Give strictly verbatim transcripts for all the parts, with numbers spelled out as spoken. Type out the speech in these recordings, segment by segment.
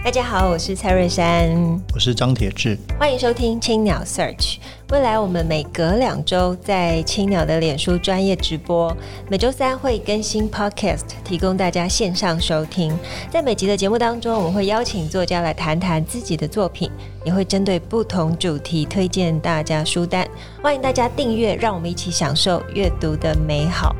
大家好，我是蔡瑞珊， 我是张铁志， 欢迎收听青鸟 Search。未来我们每隔两周在青鸟的脸书专业直播，每周三会更新 Podcast， 提供大家线上收听。在每集的节目当中，我们会邀请作家来谈谈自己的作品，也会针对不同主题推荐大家书单。欢迎大家订阅，让我们一起享受阅读的美好。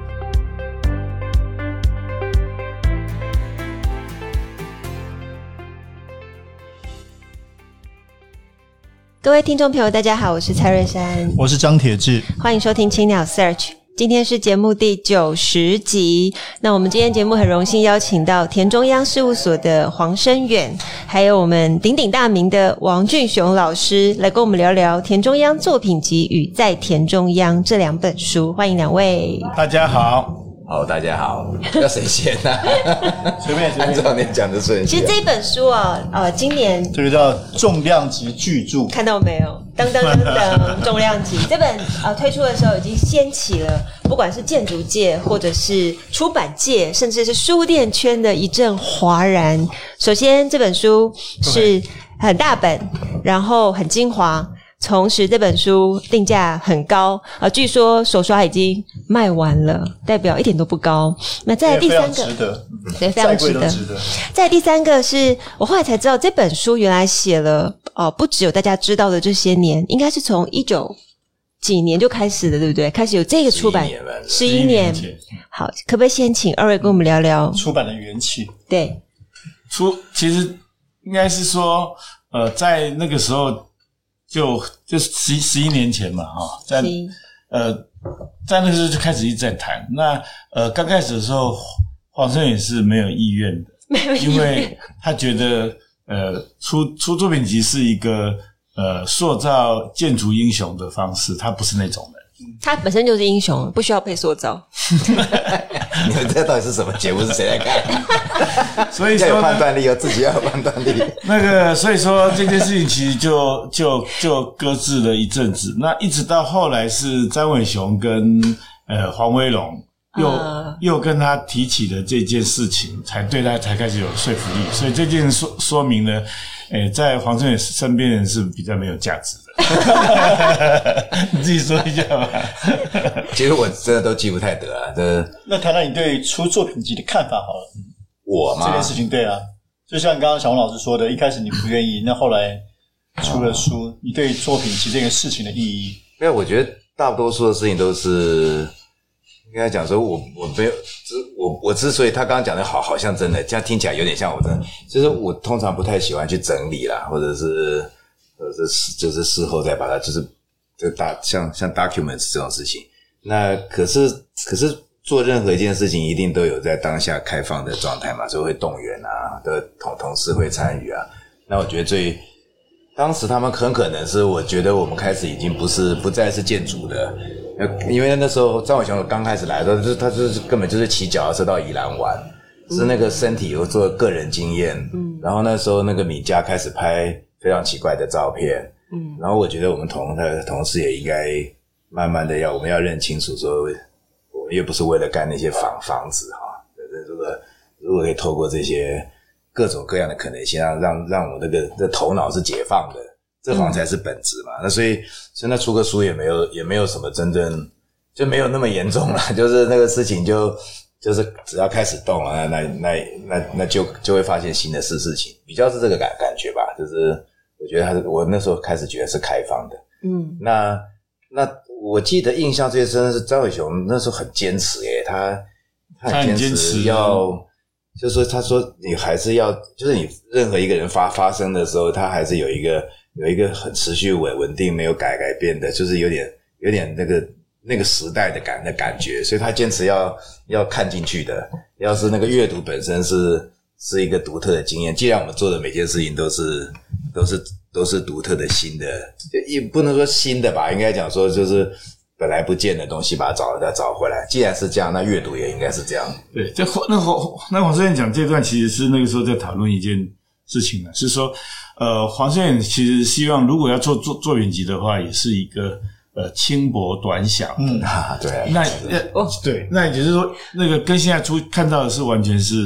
各位听众朋友大家好，我是蔡瑞珊， 我是张铁志， 欢迎收听青鸟 Search。 今天是节目第九十集，那我们今天节目很荣幸邀请到田中央事务所的黄声远，还有我们鼎鼎大名的王俊雄老师来跟我们聊聊田中央作品集与在田中央这两本书。欢迎两位。 大家好。 好，大家好。要谁先啊？ 随便随便， 按照你讲的顺序。 其实这本书啊，呃，今年这个叫重量级巨著， 看到没有？噔噔噔噔，重量级。这本呃推出的时候，已经掀起了不管是建筑界，或者是出版界，甚至是书店圈的一阵哗然。首先，这本书是很大本，然后很精华。同时这本书定价很高啊、呃，据说手刷已经卖完了，代表一点都不高。那再来第三个， 非常值得， 对，非常值得。 值得再来第三个是我后来才知道，这本书原来写了呃，不只有大家知道的这些年，应该是从一九几年就开始的，对不对？开始有这个出版，十一年。好，可不可以先请二位跟我们聊聊出版的缘起？ 对， 出其实应该是说，呃，在那个时候。就就十十一年前嘛，哈，在呃，在那个时候就开始一直在谈。那呃，刚开始的时候，黄声远是没有意愿的， 没有意愿， 因为他觉得呃，出出作品集是一个呃塑造建筑英雄的方式，他不是那种人。 他本身就是英雄，不需要被塑造。 你们这到底是什么节目？是谁在看？ 所以说要有判断力哦，自己要有判断力。 那个，所以说这件事情其实就就就搁置了一阵子。那一直到后来是詹伟雄跟呃黄威龙又、uh. 又跟他提起了这件事情，才对他才开始有说服力。所以这件说说明了，诶，在黄声远身边人是比较没有价值的。你自己说一下吧。 其实我真的都记不太得啊。这那谈谈你对出作品集的看法好了。 我吗？ 这件事情对啊，就像刚刚小王老师说的，一开始你不愿意，那后来出了书，哦、你对作品集这个事情的意义？ 因为我觉得大多数的事情都是应该讲说我，我我没有，我我之所以他刚刚讲的好，好像真的这样听起来有点像我真的，就是我通常不太喜欢去整理啦，或者是或者是就是事后再把它就是就大像像 documents 这种事情。那可是可是做任何一件事情一定都有在当下开放的状态嘛，所以会动员啊，的同同事会参与啊。那我觉得最当时他们很可能是我觉得我们开始已经不是不再是建筑的，因为那时候张伟雄刚开始来的时候，他就是根本就是骑脚踏车到宜兰玩，是那个身体有做个人经验，嗯，然后那时候那个米家开始拍非常奇怪的照片，嗯，然后我觉得我们同的同事也应该慢慢的要我们要认清楚说，我们又不是为了干那些房房子哈，如果如果可以透过这些各种各样的可能性，让让让我那个这头脑是解放的，这房才是本质嘛。嗯、那所以现在出个书也没有也没有什么真正就没有那么严重了，就是那个事情就就是只要开始动了，那那那那那就就会发现新的事事情，比较是这个感感觉吧。就是我觉得他是我那时候开始觉得是开放的，嗯，那那我记得印象最深的是张伟雄那时候很坚持耶，他他很坚持要。就是说他说你还是要就是你任何一个人发发生的时候，他还是有一个有一个很持续稳稳定没有改改变的，就是有点有点那个那个时代的感的感觉，所以他坚持要要看进去的。要是那个阅读本身是是一个独特的经验，既然我们做的每件事情都是都是都是独特的新的，也不能说新的吧，应该讲说就是本来不见的东西把它找再找回来，既然是这样，那阅读也应该是这样。 对，这那黄那黄声远讲这段其实是那个时候在讨论一件事情呢，是说呃黄声远其实希望如果要做做作品集的话，也是一个呃轻薄短小。 嗯啊，对。 那呃哦对，那也就是说那个跟现在出看到的是完全是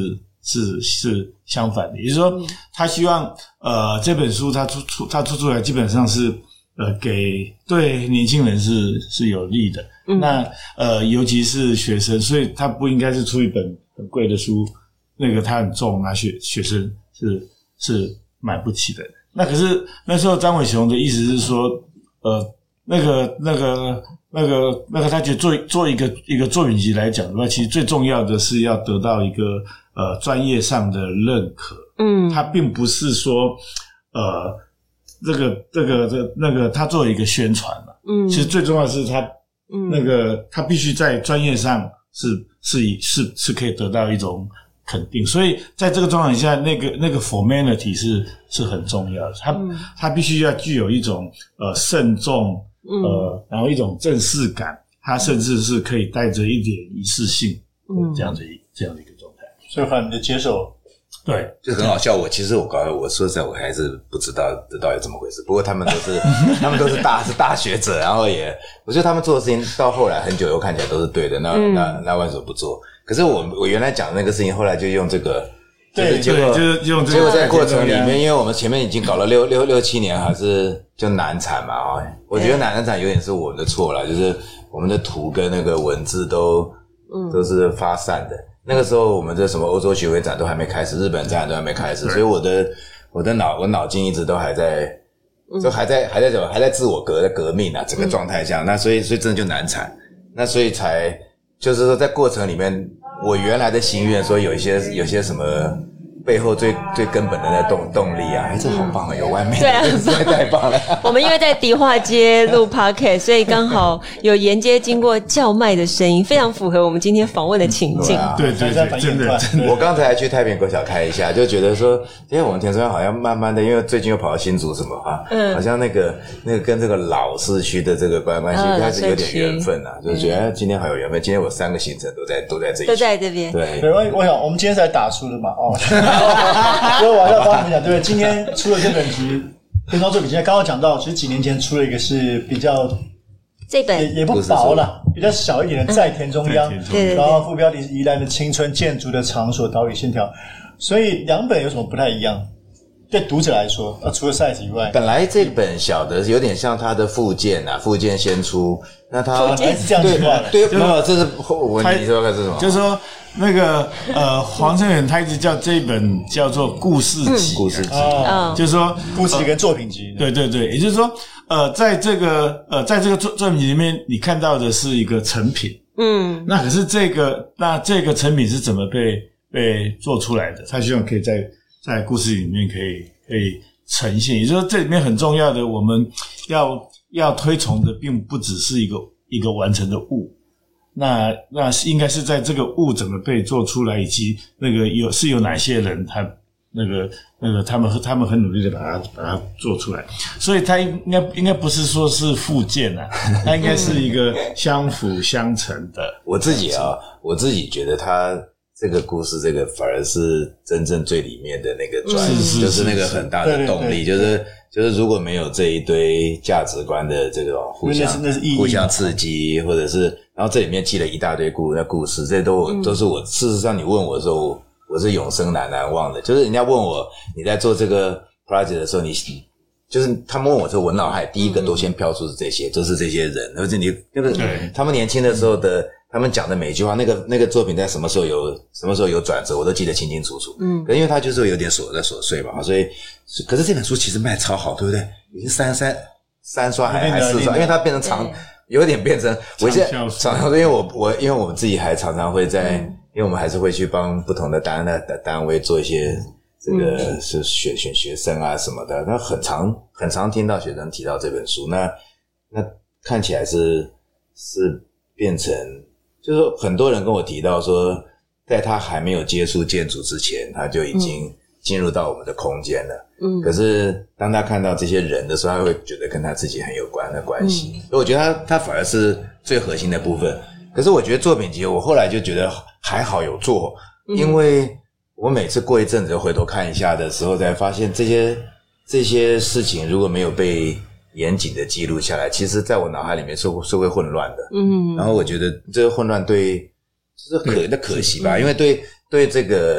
是是相反的，也就是说，他希望呃这本书他出出他出出来基本上是呃给对年轻人是是有利的。嗯、那呃尤其是学生，所以他不应该是出一本很贵的书，那个它很重啊，学学生是是买不起的。那可是那时候张伟雄的意思是说，呃那个那个。那个那个他觉得做做一个一个作品集来讲的话，其实最重要的是要得到一个呃专业上的认可。嗯，他并不是说呃这个这个这那个他做一个宣传嘛。嗯，其实最重要的是他嗯那个他必须在专业上是是是是可以得到一种肯定。所以在这个状况下，那个那个 formality 是是很重要的。他、嗯、他必须要具有一种呃慎重。呃，然后一种正式感，它甚至是可以带着一点仪式性，嗯，这样的一这样的一个状态。 所以，反你的接受， 对， 就很好笑。我其实我搞，我说实在，我还是不知道这到底怎么回事。不过他们都是，他们都是大是大学者，然后也，我觉得他们做的事情到后来很久又看起来都是对的。那、嗯、那那为什么不做？可是我我原来讲的那个事情，后来就用这个。 对， 结果就是用这个， 结果在过程里面，因为我们前面已经搞了六六六七年，还是就难产嘛啊、哦！我觉得难产有点是我们的错啦，就是我们的图跟那个文字都嗯都是发散的。那个时候我们的什么欧洲学会展都还没开始，日本展都还没开始，所以我的我的脑我脑筋一直都还在，就还在还在怎么还在自我革革命啊，整个状态下，那所以所以真的就难产，那所以才就是说在过程里面。我原来的心愿说有一些有些什么背后最最根本的那动动力啊，哎，这好棒啊！有外面， 对啊， 实在太棒了。 我们因为在迪化街录 podcast， 所以刚好有沿街经过叫卖的声音，非常符合我们今天访问的情境。 对对对，真的真的。 我刚才还去太平国小开一下，就觉得说，因为我们田中央好像慢慢的，因为最近又跑到新竹什么哈，嗯，好像那个那个跟这个老市区的这个关关系开始有点缘分啊，就是觉得今天好有缘分。今天我三个行程都在都在这里， 都在这边。 对， 对，我想我们今天是来打书的嘛，哦。所以我要帮你们讲，对不对？今天出了这本集，田中作品集，刚刚讲到，其实几年前出了一个是比较这本也也不薄了，比较小一点的，在田中央， 对， 然后副标题是宜兰的青春建筑的场所岛屿线条，所以两本有什么不太一样？对读者来说，呃，除了 size 以外， 本来这本小的有点像它的附件啊，附件先出，那它是这样子画的， 对，没有，这是我你说的是什么？ 就是说那个呃，黄胜远他一直叫这一本叫做故事集， 故事集， 哦， 就是说故事跟作品集， 对对对，也就是说，呃，在这个呃，在这个作作品集里面，你看到的是一个成品，嗯，那可是这个那这个成品是怎么被被做出来的？他希望可以在在故事里面可以可以呈现，也就是说，这里面很重要的，我们要要推崇的，并不只是一个一个完成的物。那那应该是在这个物怎么被做出来，以及那个有是有哪些人他那个那个他们他们很努力的把它把它做出来，所以它应该应该不是说是附件啊，它应该是一个相辅相成的。 我自己啊，我自己觉得它这个故事这个反而是真正最里面的那个专， 是就是那个很大的动力，就是就是如果没有这一堆价值观的这种互相互相刺激，或者是然后这里面记了一大堆故那故事，这都、嗯、都是我事实上你问我的时候，我是永生难难忘的。就是人家问我你在做这个 project 的时候，你就是他们问我的时候，我脑海第一个都先飘出是这些，都、就是这些人，而且你那个他们年轻的时候的。他们讲的每一句话，那个那个作品在什么时候有什么时候有转折，我都记得清清楚楚。嗯，可是因为它就是有点琐在琐碎嘛，所以可是这本书其实卖超好，对不对？已经三三三刷还还四刷，因为它变成长，有点变成我现在常常因为我我因为我们自己还常常会在，嗯、因为我们还是会去帮不同的单的单位做一些这个是选选学生啊什么的，那很常很常听到学生提到这本书，那那看起来是是变成。就是说很多人跟我提到说，在他还没有接触建筑之前，他就已经进入到我们的空间了。嗯，可是当他看到这些人的时候，他会觉得跟他自己很有关的关系。嗯、所以我觉得他他反而是最核心的部分。可是我觉得作品集，我后来就觉得还好有做，因为我每次过一阵子回头看一下的时候，才发现这些这些事情如果没有被严谨的记录下来，其实在我脑海里面是是会混乱的。嗯，然后我觉得这个混乱对就是可那可惜吧，因为对对这个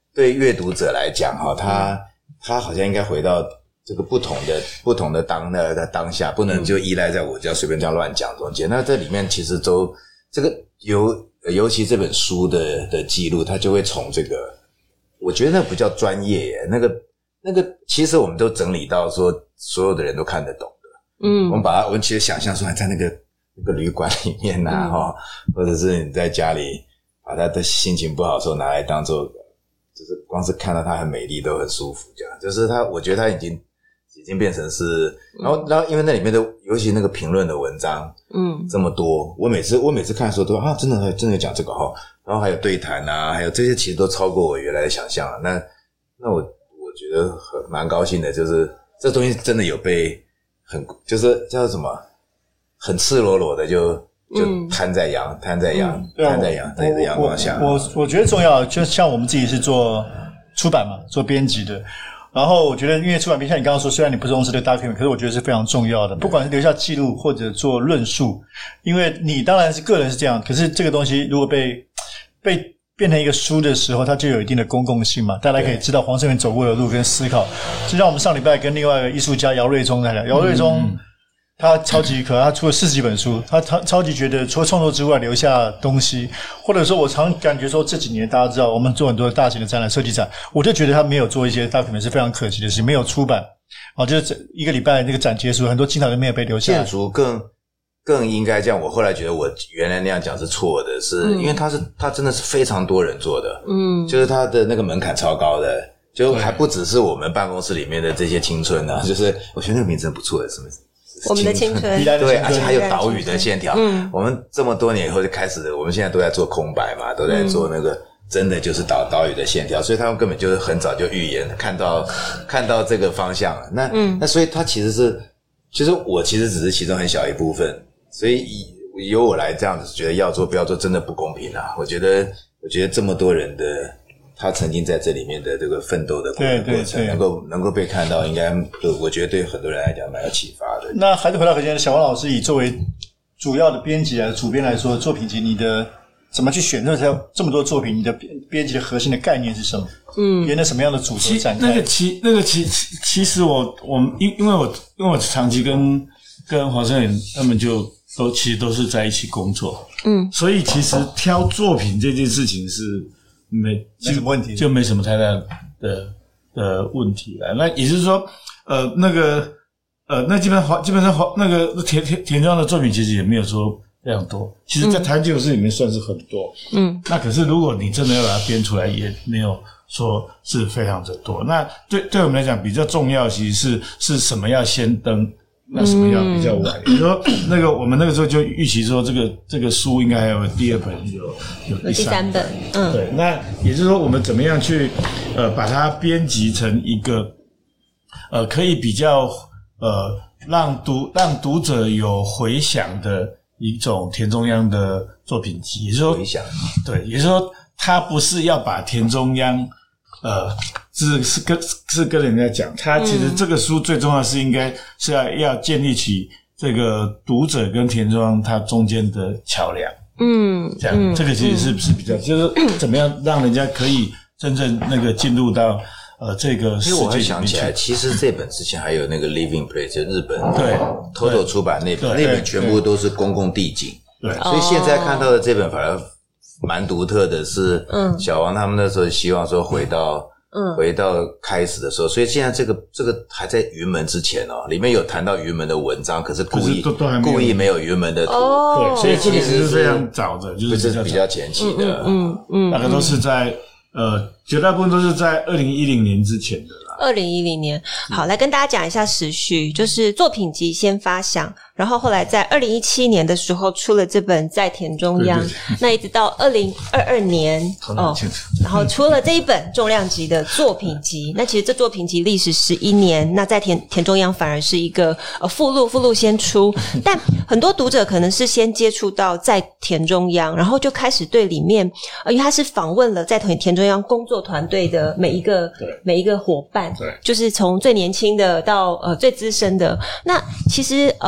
对阅读者来讲哈，他他好像应该回到这个不同的不同的当的的当下，不能就依赖在我就要随便这样乱讲中间。那这里面其实都这个尤尤其这本书的的记录，它就会从这个，我觉得那不叫专业耶，那个那个其实我们都整理到说所有的人都看得懂的。嗯，我们把它我们其实想象出来在那个那个旅馆里面啊，哈、嗯，或者是你在家里把他的心情不好的时候拿来当做，就是光是看到它很美丽都很舒服，这样就是他，我觉得他已经。已经变成是，然后，然后因为那里面的，尤其那个评论的文章，嗯，这么多，我每次我每次看的时候都啊，真的真的讲这个哈，然后还有对谈啊，还有这些其实都超过我原来的想象了。那那我我觉得很蛮高兴的，就是这东西真的有被很就是叫什么，很赤裸裸的就就摊在阳摊在阳摊在阳在阳光下。 我我我觉得重要，就像我们自己是做出版嘛，做编辑的。然后我觉得，因为出版品像你刚刚说，虽然你不是重视这个document，可是我觉得是非常重要的。不管是留下记录或者做论述，因为你当然是个人是这样，可是这个东西如果被被变成一个书的时候，它就有一定的公共性嘛，大家可以知道黄胜元走过的路跟思考。就像我们上礼拜跟另外一个艺术家姚瑞忠在聊，姚瑞忠。嗯他超级可爱，他出了四十几本书，他超超级觉得除了创作之外留下东西，或者说我常感觉说这几年大家知道我们做很多大型的展览设计展，我就觉得他没有做一些document是非常可惜的事情，没有出版，哦，就是一个礼拜那个展结束，很多精彩都没有被留下来。 建筑更更应该这样，我后来觉得我原来那样讲是错的，是、嗯、因为他是他真的是非常多人做的，嗯，就是他的那个门槛超高的，就还不只是我们办公室里面的这些青春啊，就是我觉得那个名字很不错的，什么？ 我们的青春， 对，而且还有岛屿的线条。嗯，我们这么多年以后就开始，我们现在都在做空白嘛，都在做那个、嗯、真的就是岛岛屿的线条，所以他们根本就是很早就预言看到看到这个方向了。那、嗯、那所以他其实是，其实我其实只是其中很小一部分，所以由我来这样子觉得要做不要做真的不公平啊！我觉得我觉得这么多人的。他曾经在这里面的这个奋斗的过程，能够能够被看到，应该我觉得对很多人来讲蛮有启发的。 那还是回到核心，小王老师以作为主要的编辑来主编来说，作品集你的怎么去选择这么多作品？你的编编辑的核心的概念是什么？嗯，沿着什么样的主题展开？ 那个其那个其其实我我因因为我因为我长期跟跟黄胜元他们就都其实都是在一起工作，嗯，所以其实挑作品这件事情是。没没什么问题， 就没什么太大的的问题了。那也就是说，呃，那个呃，那基本上基本上那个田田田庄的作品其实也没有说非常多，其实在台湾建筑师里面算是很多。嗯，那可是如果你真的要把它编出来，也没有说是非常的多。那对对我们来讲比较重要，其实是是什么要先登。那什么要比较晚？比如说，那个我们那个时候就预期说，这个这个书应该还有第二本，有有第三本。嗯，对。那也就是说，我们怎么样去呃把它编辑成一个呃可以比较呃让读让读者有回响的一种田中央的作品集，也就是说， 回响。 对，也就是说，它不是要把田中央。呃，是是跟是跟人家讲，他其实这个书最重要是应该是要要建立起这个读者跟田中央他中间的桥梁，嗯，这样、嗯、这个其实是是比较、嗯、就是怎么样让人家可以真正那个进入到呃这个世界里面去。因为我还想起来，其实这本之前还有那个 Living Place， 就日本对 Toto 出版那本，那本全部都是公共地景，对，所以现在看到的这本反而。蛮独特的是，嗯，小王他们那时候希望说回到，嗯，回到开始的时候，所以现在这个这个还在云门之前哦，里面有谈到云门的文章，可是故意都都还故意没有云门的图， 哦、对，所以其实是非常早的，就是比较, 比较前期的， 嗯嗯，大概都是在呃绝大部分都是在二零一零年之前的啦。 二零一零年，好，来跟大家讲一下时序，就是作品集先发想。然后后来在二零一七年的时候出了这本在田中央，对对对，那一直到二零二二年哦，然后出了这一本重量级的作品集。那其实这作品集历时十一年，那在田田中央反而是一个呃附录，附录先出，但很多读者可能是先接触到在田中央，然后就开始对里面，呃，因为他是访问了在田田中央工作团队的每一个每一个伙伴，就是从最年轻的到呃最资深的。那其实呃。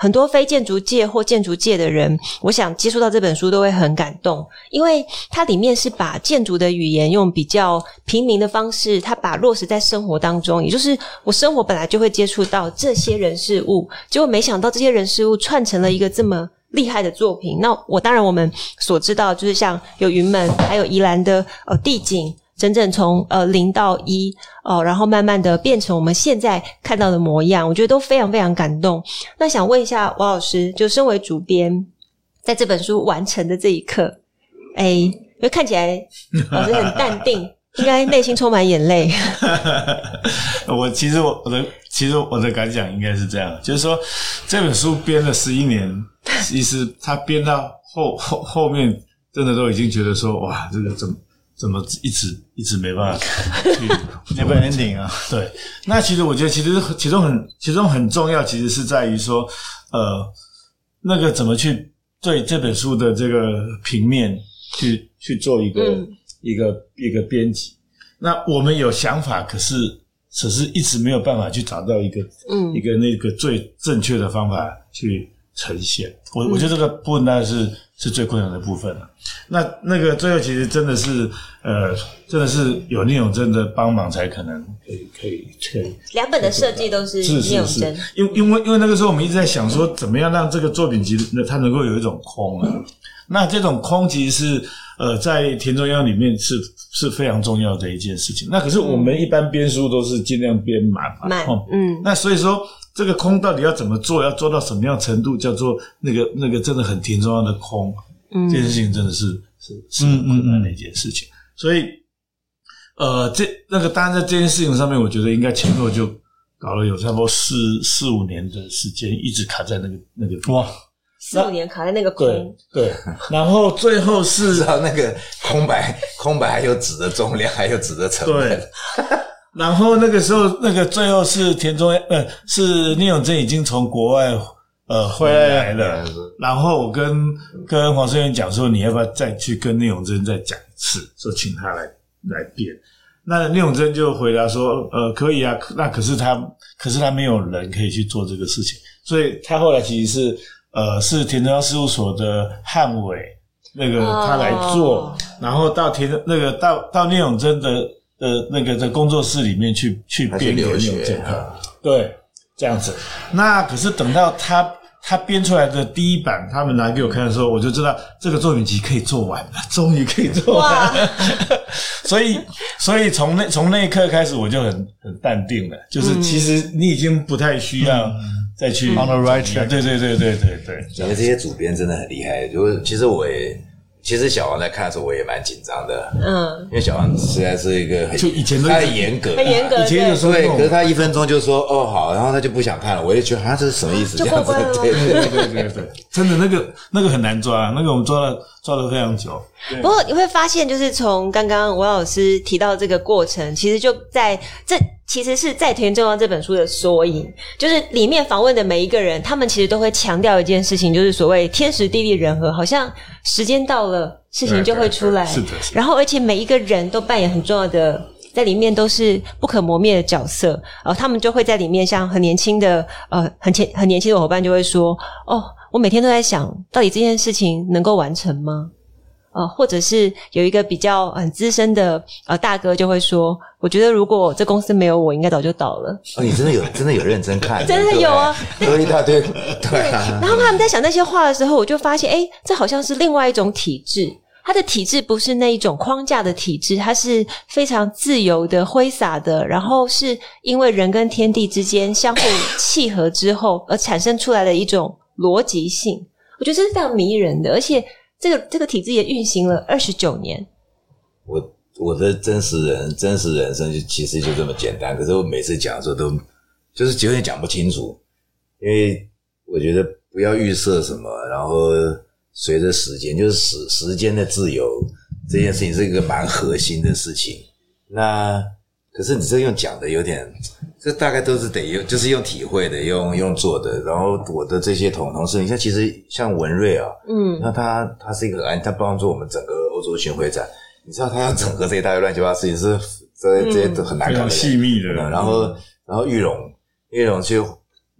很多非建筑界或建筑界的人，我想接触到这本书都会很感动，因为它里面是把建筑的语言用比较平民的方式，它把落实在生活当中，也就是我生活本来就会接触到这些人事物，结果没想到这些人事物串成了一个这么厉害的作品。那我当然我们所知道就是像有云门，还有宜兰的呃地景，整整从呃零到一哦，然后慢慢的变成我们现在看到的模样，我觉得都非常非常感动。那想问一下王老师，就身为主编，在这本书完成的这一刻，哎，因为看起来老师很淡定，应该内心充满眼泪。 我其实我的其实我的感想应该是这样，就是说这本书编了十一年，其实他编到后后后面，真的都已经觉得说，哇，这个怎么怎么一直一直没办法去 never ending 啊。 对，那其实我觉得其实其中很其中很重要，其实是在于说，呃，那个怎么去对这本书的这个平面去去做一个、嗯、一个一个编辑。那我们有想法，可是只是一直没有办法去找到一个嗯一个那个最正确的方法去呈现。我我觉得这个部分当然是是最困难的部分了。那那个最后其实真的是呃真的是有聂永真的帮忙才可能可以可以可以。 两本的设计都是聂永真。 因为因为因为那个时候我们一直在想说怎么样让这个作品其实它能够有一种空啊。那这种空其实是呃在田中央里面是是非常重要的一件事情。那可是我们一般编书都是尽量编满嘛。 满、哦、嗯。 那所以说这个空到底要怎么做，要做到什么样程度，叫做那个那个真的很田中央的空。嗯，这件事情真的是是是很困难的一件事情。嗯嗯嗯，所以呃这那个当然在这件事情上面，我觉得应该前后就搞了有差不多四四五年的时间，一直卡在那个那个哇。 四五年卡在那个空， 对对，然后最后是知道那个空白，空白还有纸的重量，还有纸的成本。 对，然后那个时候，那个最后是田中央，呃，是聂永真已经从国外呃回来了，然后我跟跟黄胜元讲说，你要不要再去跟聂永真再讲一次，说请他来来编。那聂永真就回答说，呃，可以啊，那可是他，可是他没有人可以去做这个事情，所以他后来其实是。呃，是田中央事务所的汉伟，那个他来做，哦、然后到田那个到到聂永真的呃那个在工作室里面去去编给聂永真看，对，这样子。那可是等到他他编出来的第一版，他们拿给我看的时候，我就知道这个作品集可以做完了，终于可以做完了。所以所以从那从那一刻开始，我就很很淡定了，就是其实你已经不太需要。嗯再去 on the right track， 对对对对对对。 因为这些主编真的很厉害，就其实我也，其实小王在看的时候我也蛮紧张的，嗯，因为小王实在是一个很， 就以前都他很严格， 很严格， 以前有时候对，可是他一分钟就说哦好，然后他就不想看了，我也觉得啊这是什么意思？这样子， 对对对对对对，真的那个那个很难抓，那个我们抓了抓了非常久。 不过你会发现，就是从刚刚王老师提到这个过程，其实就在这。其实是在田中央这本书的缩影，就是里面访问的每一个人，他们其实都会强调一件事情，就是所谓天时地利人和，好像时间到了，事情就会出来。 是的，是的。 然后，而且每一个人都扮演很重要的，在里面都是不可磨灭的角色。呃，他们就会在里面，像很年轻的呃很前很年轻的伙伴就会说：“哦，我每天都在想，到底这件事情能够完成吗？”呃，或者是有一个比较很资深的呃大哥就会说，我觉得如果这公司没有我，应该早就倒了。 哦，你真的有真的有认真看， 真的有啊， 有一大堆，对啊。 然后他们在讲那些话的时候，我就发现，诶，这好像是另外一种体制。它的体制不是那一种框架的体制，它是非常自由的、挥洒的，然后是因为人跟天地之间相互契合之后而产生出来的一种逻辑性。我觉得这是非常迷人的，而且。这个这个体制也运行了二十九年。 我我的真实人真实人生就其实就这么简单，可是我每次讲的时候都就是有点讲不清楚，因为我觉得不要预设什么，然后随着时间，就是时时间的自由这件事情是一个蛮核心的事情。那可是你这用讲的有点，这大概都是得用，就是用体会的，用用做的。然后我的这些同同事，你看，其实像文瑞啊，嗯，那他他是一个，他帮助我们整个欧洲巡回展，你知道他要整合这一大堆乱七八糟事情，是这这些都很难搞的， 非常细密的。 然后然后玉荣，玉荣就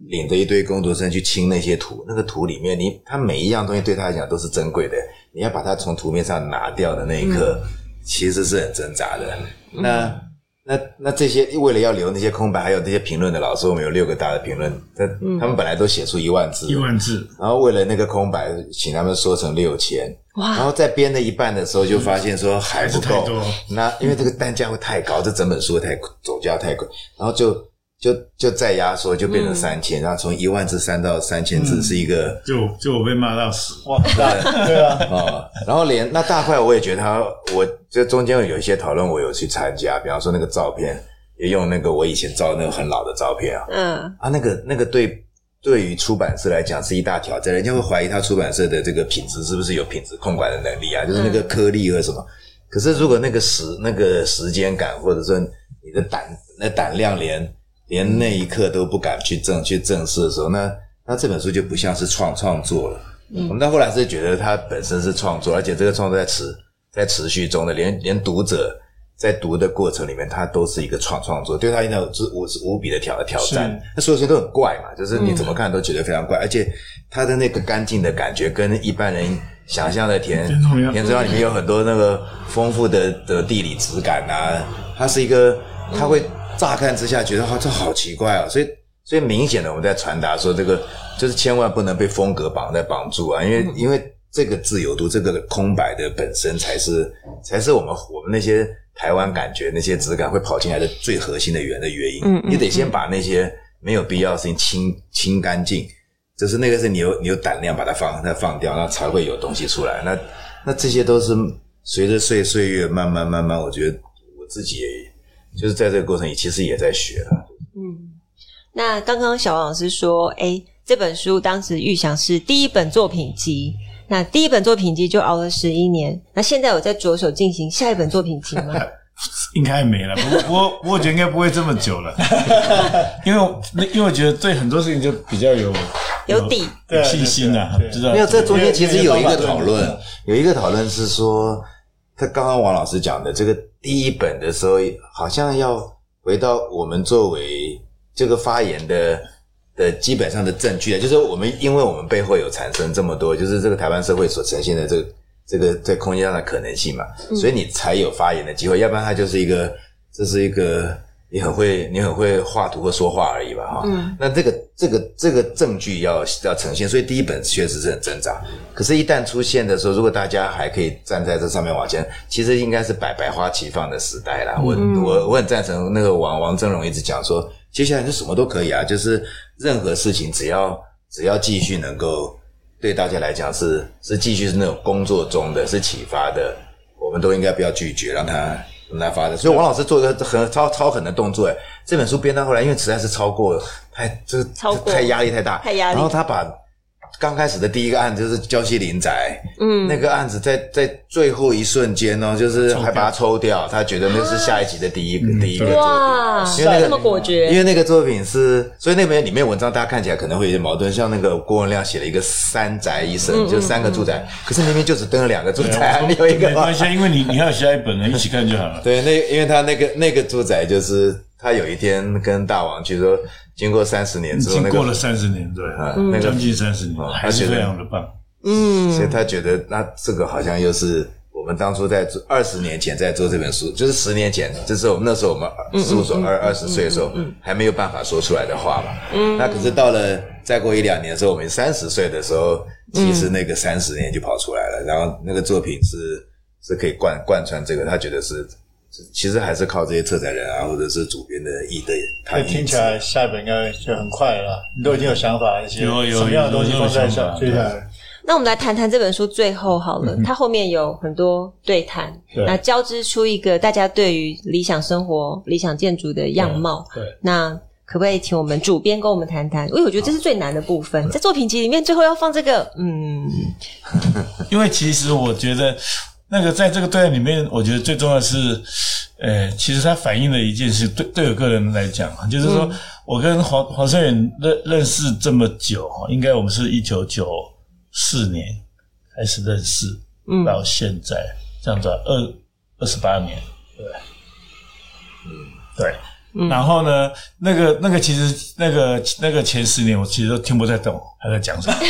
领着一堆工读生去清那些图，那个图里面你他每一样东西对他来讲都是珍贵的，你要把它从图面上拿掉的那一刻、嗯、其实是很挣扎的。那、嗯、那那这些为了要留那些空白，还有这些评论的老师，我们有六个大的评论，他们本来都写出一万字一万字， 然后为了那个空白请他们缩成六千，然后在编的一半的时候就发现说还不够，那因为这个单价会太高，这整本书会太走价太贵，然后就就就再压缩，就变成三千、嗯，然后从一万字删到三千字，是一个、 嗯、就就我被骂到死， 哇，对啊， 哦，然后连那大块我也觉得他，我这中间有一些讨论我有去参加，比方说那个照片，也用那个我以前照那个很老的照片啊，嗯，啊那个那个对对于出版社来讲是一大挑战，人家会怀疑他出版社的这个品质是不是有品质控管的能力啊，就是那个颗粒和什么，嗯、可是如果那个时那个时间感，或者说你的胆那胆量连。连那一刻都不敢去正去正视的时候，那那这本书就不像是创创作了。嗯，我们到后来是觉得它本身是创作，而且这个创作在持在持续中的，连连读者在读的过程里面，它都是一个创创作，对他一定是无无比的挑挑战。那所有事情都很怪嘛，就是你怎么看都觉得非常怪，嗯、而且它的那个干净的感觉，跟一般人想象的田田中央里面有很多那个丰富的的地理质感啊，它是一个它会。乍看之下觉得、哦、这好奇怪哦，所以所以明显的我们在传达说这个就是千万不能被风格绑在绑住啊，因为因为这个自由度这个空白的本身才是才是我们我们那些台湾感觉那些质感会跑进来的最核心的原的原因。嗯嗯嗯，你得先把那些没有必要的事情清清干净，就是那个是你有你有胆量把它放它放掉，那才会有东西出来。那那这些都是随着岁岁月慢慢慢慢，我觉得我自己也就是在这个过程里其实也在学了。 嗯，那刚刚小王老师说诶这本书当时预想是第一本作品集，那第一本作品集就熬了十一年，那现在有在着手进行下一本作品集吗？ 应该没了，不过不过我觉得应该不会这么久了，因为因为我觉得对很多事情就比较有有底有信心啊，知道没有？这中间其实有一个讨论，有一个讨论是说，他刚刚王老师讲的这个第一本的时候，好像要回到我们作为这个发言的的基本上的证据，就是我们因为我们背后有产生这么多，就是这个台湾社会所呈现的这个。这个在空间上的可能性嘛，所以你才有发言的机会，要不然它就是一个，这是一个你很会你很会画图或说话而已吧哈。嗯，那这个这个这个证据要要呈现，所以第一本确实是很挣扎。可是，一旦出现的时候，如果大家还可以站在这上面往前，其实应该是百百花齐放的时代啦。我、嗯、我我很赞成那个王王正荣一直讲说，接下来就什么都可以啊，就是任何事情只要只要继续能够。对大家来讲是是继续是那种工作中的是启发的，我们都应该不要拒绝，让它让它发展。所以王老师做一个很超超狠的动作，诶这本书编到后来，因为实在是超过太这太压力太大， 太压力， 然后他把刚开始的第一个案子就是礁溪林宅，嗯，那个案子在在最后一瞬间哦，就是还把它抽掉，他觉得那是下一集的第一个、嗯、第一个作品， 哇， 因为那个这么果决， 因为那个作品是，所以那边里面文章大家看起来可能会有点矛盾，像那个郭文亮写了一个三宅一生，嗯、就三个住宅，嗯、可是明明就只登了两个住宅，你有一个没关系，因为你你还有下一本呢，一起看就好了。 对，那因为他那个那个住宅就是他有一天跟大王去说。经过三十年之后， 经过了三十年，对，嗯，那个将近三十年，还是非常的棒。 嗯，所以他觉得那这个好像又是我们当初在做二十年前在做这本书，就是十年前，就是我们那时候我们事务所二二十岁的时候，还没有办法说出来的话嘛。嗯，那可是到了再过一两年的时候，我们三十岁的时候，其实那个三十年就跑出来了，然后那个作品是是可以贯贯穿这个，他觉得是。其实还是靠这些策展人啊，或者是主编的意的。 他听起来下一本应该就很快了啦，你都已经有想法，一些什么样的东西放在上，接下来。 那我们来谈谈这本书最后好了，嗯、它后面有很多对谈，那交织出一个大家对于理想生活、理想建筑的样貌。对，对那可不可以请我们主编跟我们谈谈？因为我觉得这是最难的部分，在作品集里面最后要放这个，嗯， 因为其实我觉得。那个在这个对案里面，我觉得最重要的是，呃，其实它反映了一件事，对对我个人来讲，就是说、嗯、我跟黄黄胜远认认识这么久，应该我们是一九九四年开始认识，嗯，到现在这样子二二十八年，对，嗯，对。 嗯、 然后呢，那个那个其实那个那个前十年我其实都听不太懂他在讲什么。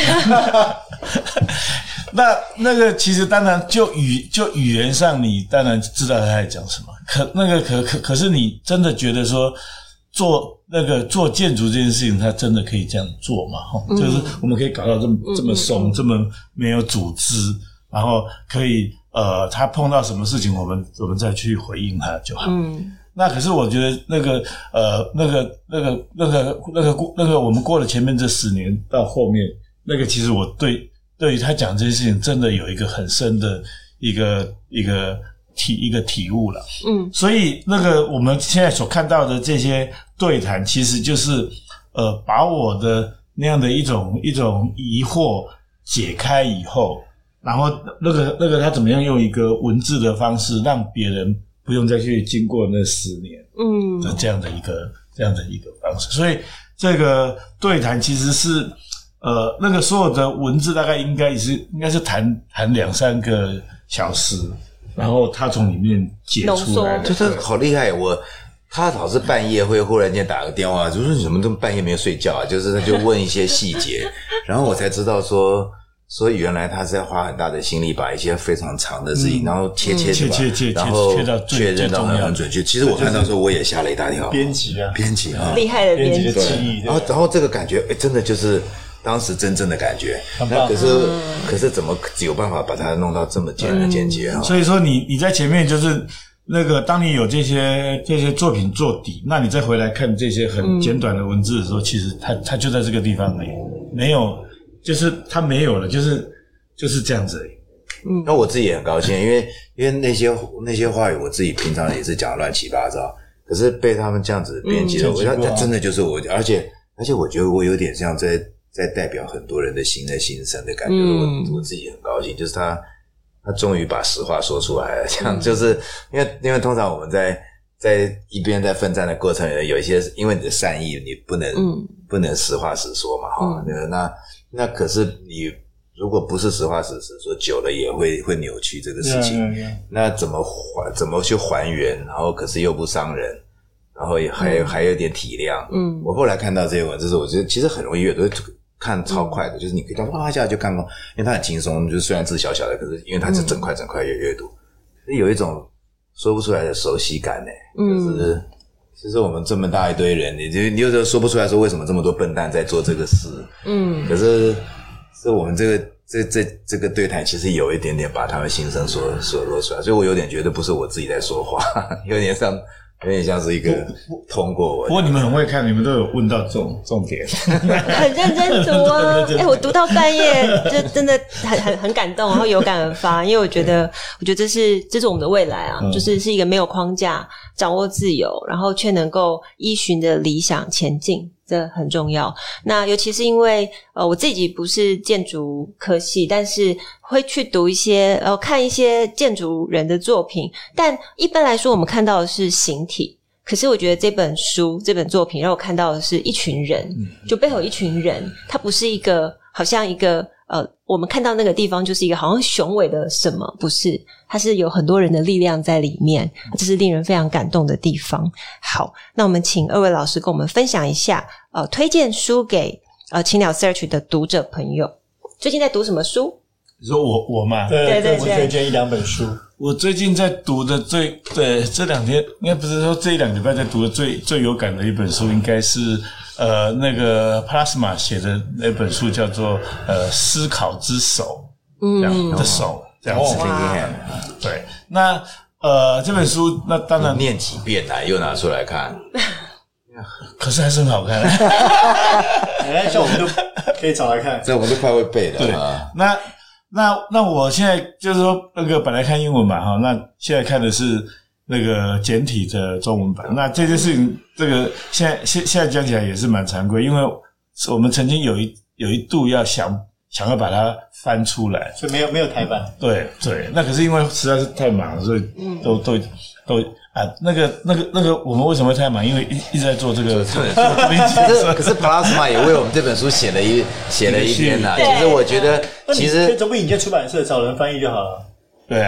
那那个其实当然就语就语言上你当然知道他在讲什么，可那个可可可是你真的觉得说做那个做建筑这件事情，他真的可以这样做吗？嗯、就是我们可以搞到这么这么松，嗯、这么没有组织，然后可以呃，他碰到什么事情，我们我们再去回应他就好。嗯。那可是我觉得那个呃那个那个那个那个那个我们过了前面这十年到后面，那个其实我对对于他讲这件事情真的有一个很深的一个一个体一个体悟了。嗯，所以那个我们现在所看到的这些对谈，其实就是呃把我的那样的一种一种疑惑解开以后，然后那个那个他怎么样用一个文字的方式让别人不用再去经过那十年，嗯，的这样的一个、嗯、这样的一个方式，所以这个对谈其实是呃那个所有的文字大概应该也是应该是谈谈两三个小时，然后他从里面解出来的， 就是好厉害。我他老是半夜会忽然间打个电话，就说你怎么这么半夜没有睡觉啊？就是他就问一些细节，然后我才知道说。所以原来他是在花很大的心力把一些非常长的事情，嗯、然后切切切切切， 然后确认到很很准确。其实我看到时候我也吓了一大跳。 编辑啊， 编辑啊， 厉害的编辑的记忆。 然后然后这个感觉，哎，真的就是当时真正的感觉。那可是、嗯、可是怎么有办法把它弄到这么简单简洁啊？ 所以说你你在前面就是那个，当你有这些这些作品做底，那你再回来看这些很简短的文字的时候，嗯、其实它它就在这个地方而已，没有，就是它没有了，就是。就是这样子而已。 嗯，那我自己也很高兴，因为因为那些那些话语，我自己平常也是讲乱七八糟，可是被他们这样子编辑了，嗯、我觉得真的就是我，而且而且我觉得我有点像在在代表很多人的心的心声的感觉，嗯、我我自己很高兴，就是他他终于把实话说出来了，这样、嗯、就是因为因为通常我们在在一边在奋战的过程里，有一些因为你的善意，你不能、嗯、不能实话实说嘛，哈、嗯，那那可是你。如果不是实话实说，说久了也会会扭曲这个事情。Yeah, yeah, yeah. 那怎么还怎么去还原？然后可是又不伤人，然后也还、嗯、还有点体谅。嗯，我后来看到这些文字，我觉得其实很容易阅读，看超快的，嗯、就是你可以哗一下就看过，因为它很轻松，就是虽然字小小的，可是因为它是整块整块阅阅读，嗯、有一种说不出来的熟悉感呢。嗯，就是其实我们这么大一堆人，你就你有时候说不出来说为什么这么多笨蛋在做这个事。嗯，可是。是我们这个这这这个对谈，其实有一点点把他们心声所所说出来，所以我有点觉得不是我自己在说话，有点像有点像是一个通过我。 不过你们很会看，你们都有问到重重点， 很认真读啊！哎、欸，我读到半夜，就真的很很很感动，然后有感而发，因为我觉得，我觉得这是这是我们的未来啊，嗯、就是是一个没有框架、掌握自由，然后却能够依循着理想前进。这很重要。那尤其是因为呃我自己不是建筑科系，但是会去读一些呃看一些建筑人的作品，但一般来说我们看到的是形体，可是我觉得这本书这本作品让我看到的是一群人，就背后有一群人，它不是一个好像一个呃我们看到那个地方就是一个好像雄伟的什么，不是，它是有很多人的力量在里面，这是令人非常感动的地方。好，那我们请二位老师跟我们分享一下呃推荐书给呃青鸟 Search 的读者朋友。最近在读什么书？ 你说我我嘛？ 对对对，我推荐一两本书。 我最近在读的最对这两天应该不是说这一两个礼拜在读的最最有感的一本书，应该是呃那个 Plasma 写的那本书，叫做呃思考之手，嗯，这样的手这样子。对，那呃这本书那当然念几遍来又拿出来看。 可是还是很好看。 哎，像我们都可以找来看， 这我们都快会背的。 对， 啊、 那那那我现在就是说，那个本来看英文版哈，那现在看的是那个简体的中文版。那这件事情，这个现在现现在讲起来也是蛮惭愧，因为我们曾经有一有一度要想想要把它翻出来， 所以没有没有台版。 对对，那可是因为实在是太忙了，所以都、嗯、都都。啊，那个、那个、那个，我们为什么会太忙？因为一一直在做这个。这个可是，可是 Plasma 也为我们这本书写了一写了一篇呐。其实我觉得，其实这不引荐出版社找人翻译就好了。 对啊，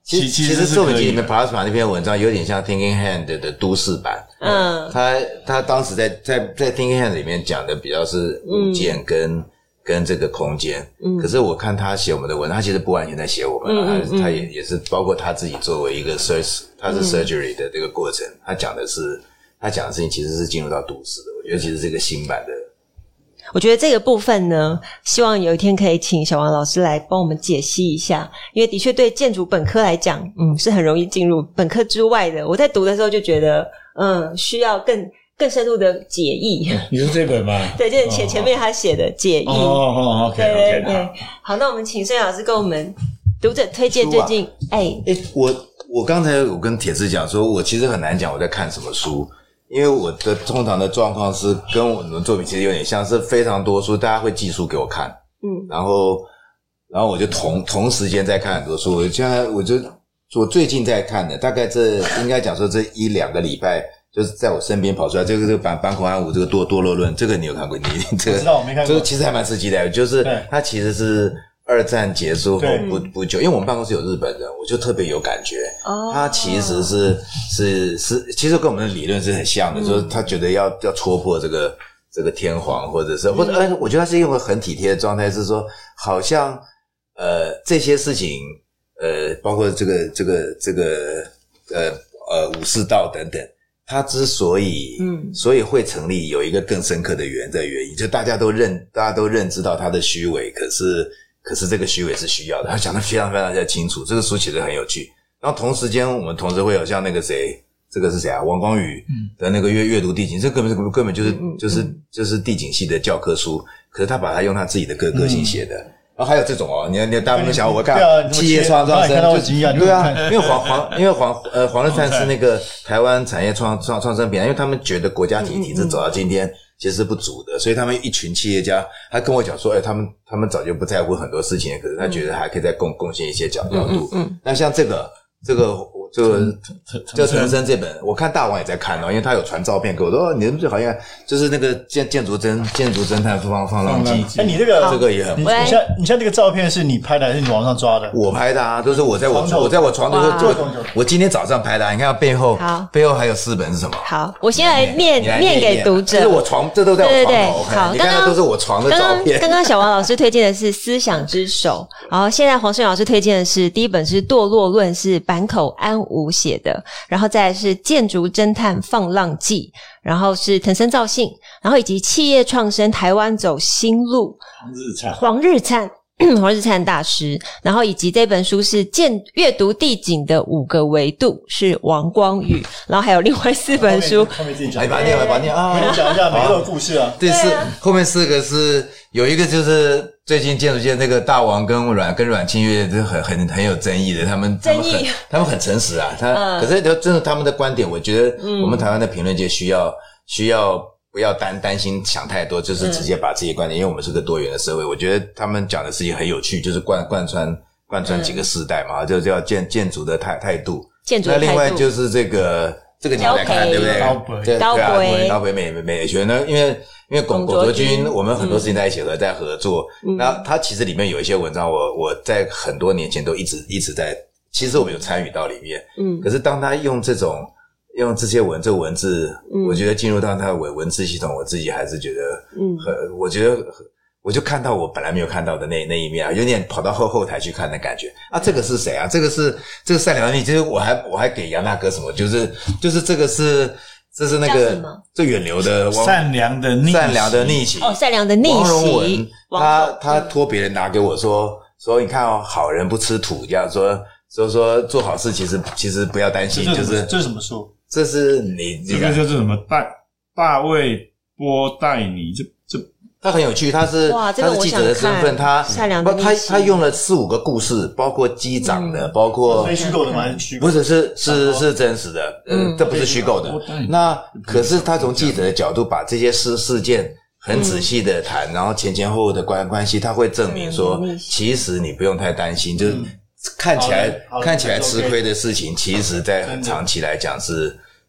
其实其实作品集里面 Plasma 那篇文章有点像 Thinking Hand 的都市版。嗯，他他当时在在在 Thinking Hand 里面讲的比较是物件跟、嗯、跟这个空间。嗯，可是我看他写我们的文章，他其实不完全在写我们、啊，嗯嗯、他他也也是包括他自己作为一个 surgery， 他是 surgery 的这个过程，嗯、他讲的是他讲的事情其实是进入到都市的。我觉得其实是一个新版的。 我觉得这个部分呢，希望有一天可以请小王老师来帮我们解析一下，因为的确对建筑本科来讲，嗯，是很容易进入本科之外的。我在读的时候就觉得，嗯，需要更更深入的解译。 你是这本吗？ 对，就是前前面他写的解译。 哦哦 ，OK OK OK。好，那我们请孙老师跟我们读者推荐最近，哎哎、啊欸，我我刚才我跟铁子讲说，我其实很难讲我在看什么书。因为我的通常的状况是跟我们作品其实有点像，是非常多书，大家会寄书给我看，嗯，然后，然后我就同同时间在看很多书。我现在我就我最近在看的，大概这应该讲说这一两个礼拜，就是在我身边跑出来这个这个坂坂口安吾这个堕堕落论，这个你有看过？你这个我知道我没看过， 这个其实还蛮刺激的，就是它其实是二战结束后不不久，因为我们办公室有日本人，我就特别有感觉。哦，他其实是是是，其实跟我们的理论是很像的，嗯、就是他觉得要要戳破这个这个天皇，或者是或者，呃，我觉得他是一个很体贴的状态，是说好像呃这些事情，呃，包括这个这个这个呃呃武士道等等。他之所以，嗯，所以会成立，有一个更深刻的原的原因，就大家都认，大家都认知到他的虚伪，可是，可是这个虚伪是需要的。他讲得非常非常的清楚，这个书写得很有趣。然后同时间，我们同时会有像那个谁，这个是谁啊？王光宇的那个阅阅读地景，这根本根本就是就是就是地景系的教科书，可是他把它用他自己的个个性写的。嗯然后还有这种哦，你你大家有想我看企业创造生，对啊，因为黄黄因为黄呃黄日灿是那个台湾产业创创创生品，因为他们觉得国家体体制走到今天其实是不足的，所以他们一群企业家，他跟我讲说，哎，他们他们早就不在乎很多事情，可是他觉得还可以再贡贡献一些角角度。嗯，那像这个这个这个就陈升这本，我看大王也在看哦，因为他有传照片给我，说哦，你们好像就是那个建建筑侦建筑侦探放放浪机。 哎，你这个这个也很， 你你像你像这个照片是你拍的还是你网上抓的？ 我拍的啊，都是我在我我在我床头做，我今天早上拍的、啊。你看背后，好，背后还有四本是什么？ 好，我先来念念给读者。 这是我床，这都在我床头。对对对，好，你看到都是我床的照片。 刚刚小王老师推荐的是《思想之手》，然后现在黄胜老师推荐的是第一本是《堕落论》，是坂口安吾写的。然后再来是建筑侦探放浪记，然后是藤森照信，然后以及企业创生台湾走新路， 黄日灿， 黄日灿，黄日灿大师，然后以及这本书是建阅读地景的五个维度，是王光宇，然后还有另外四本书， 后面自己讲， 来把它念完，把它念啊， 你讲一下每个故事啊。 对，是后面四个是有一个就是最近建筑界那个大王跟阮跟阮清月就很很很有争议的，他们争议， 他们很诚实啊，他、嗯、可是真的他们的观点，我觉得我们台湾的评论界需要、嗯、需要不要担担心想太多，就是直接把自己的观点，嗯、因为我们是个多元的社会，我觉得他们讲的事情很有趣，就是贯贯穿贯穿几个世代嘛，嗯、就叫建建筑的态态度， 建筑的态度。 那另外就是这个这个你来看对不对？ 刀北刀北刀北美美学呢，因为。因为龚卓君，我们很多事情在一起合、嗯、在合作。嗯、那他其实里面有一些文章我，我我在很多年前都一直一直在，其实我们有参与到里面。嗯，可是当他用这种用这些文这个文字，嗯、我觉得进入到他的文文字系统，我自己还是觉得，嗯，很，我觉得我就看到我本来没有看到的那那一面啊，有点跑到后后台去看的感觉。啊，这个是谁啊？这个是这个善良的逆，就是我还我还给杨大哥什么，就是就是这个是。这是那个最远流的善良的逆善良的逆袭哦，善良的逆袭。 王荣文，他他托别人拿给我说说，你看哦，好人不吃土，这样说说说做好事，其实其实不要担心，就是这是什么书？ 这是你这个就是什么大大卫波代尼这这。 他很有趣，他是他是记者的身份，他他他用了四五个故事，包括机长的，嗯、包括非虚构的吗？虚构不是是是是真实的，嗯，这不是虚构的。那可是他从记者的角度把这些事事件很仔细的谈，嗯、然后前前后后的关关系，他会证明说，嗯、其实你不用太担心，就是看起来看起来吃亏的事情，其实在很长期来讲是。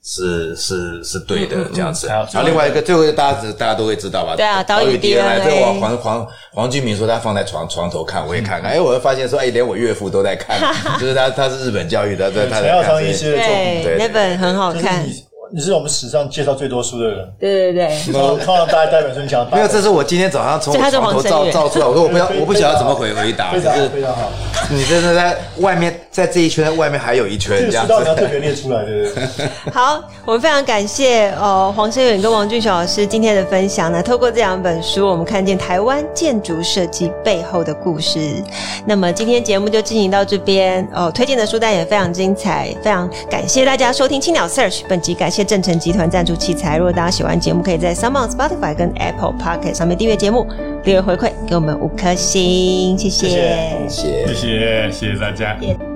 是是是对的这样子。 嗯嗯然后另外一个最后大家大家都会知道吧？ 对啊，岛屿 D N A。 这我黄黄黄俊明说他放在床床头看，我也看看。哎，我会发现说，哎，连我岳父都在看，就是他他是日本教育的，他他陈耀昌医师的作品， 对，那本很好看。 你是我们史上介绍最多书的人。 对对对， 通常大家代表说你讲没有，这是我今天早上从我床头照照出来，我说我不知道我不晓得怎么回回答， 非常好，非常好。 你真的在外面，在这一圈，外面还有一圈，这样子。 这个书道你要特别列出来，对不对？ 好，我们非常感谢呃黄声远跟王俊雄老师今天的分享呢。透过这两本书，我们看见台湾建筑设计背后的故事。那么今天节目就进行到这边哦，推荐的书单也非常精彩，非常感谢大家收听青鸟 Search。本集感谢正成集团赞助器材。如果大家喜欢节目，可以在 Sound、Spotify 跟 Apple Podcast 上面订阅节目，留言回馈给我们五颗星，谢谢， 谢谢， 谢谢，谢谢大家。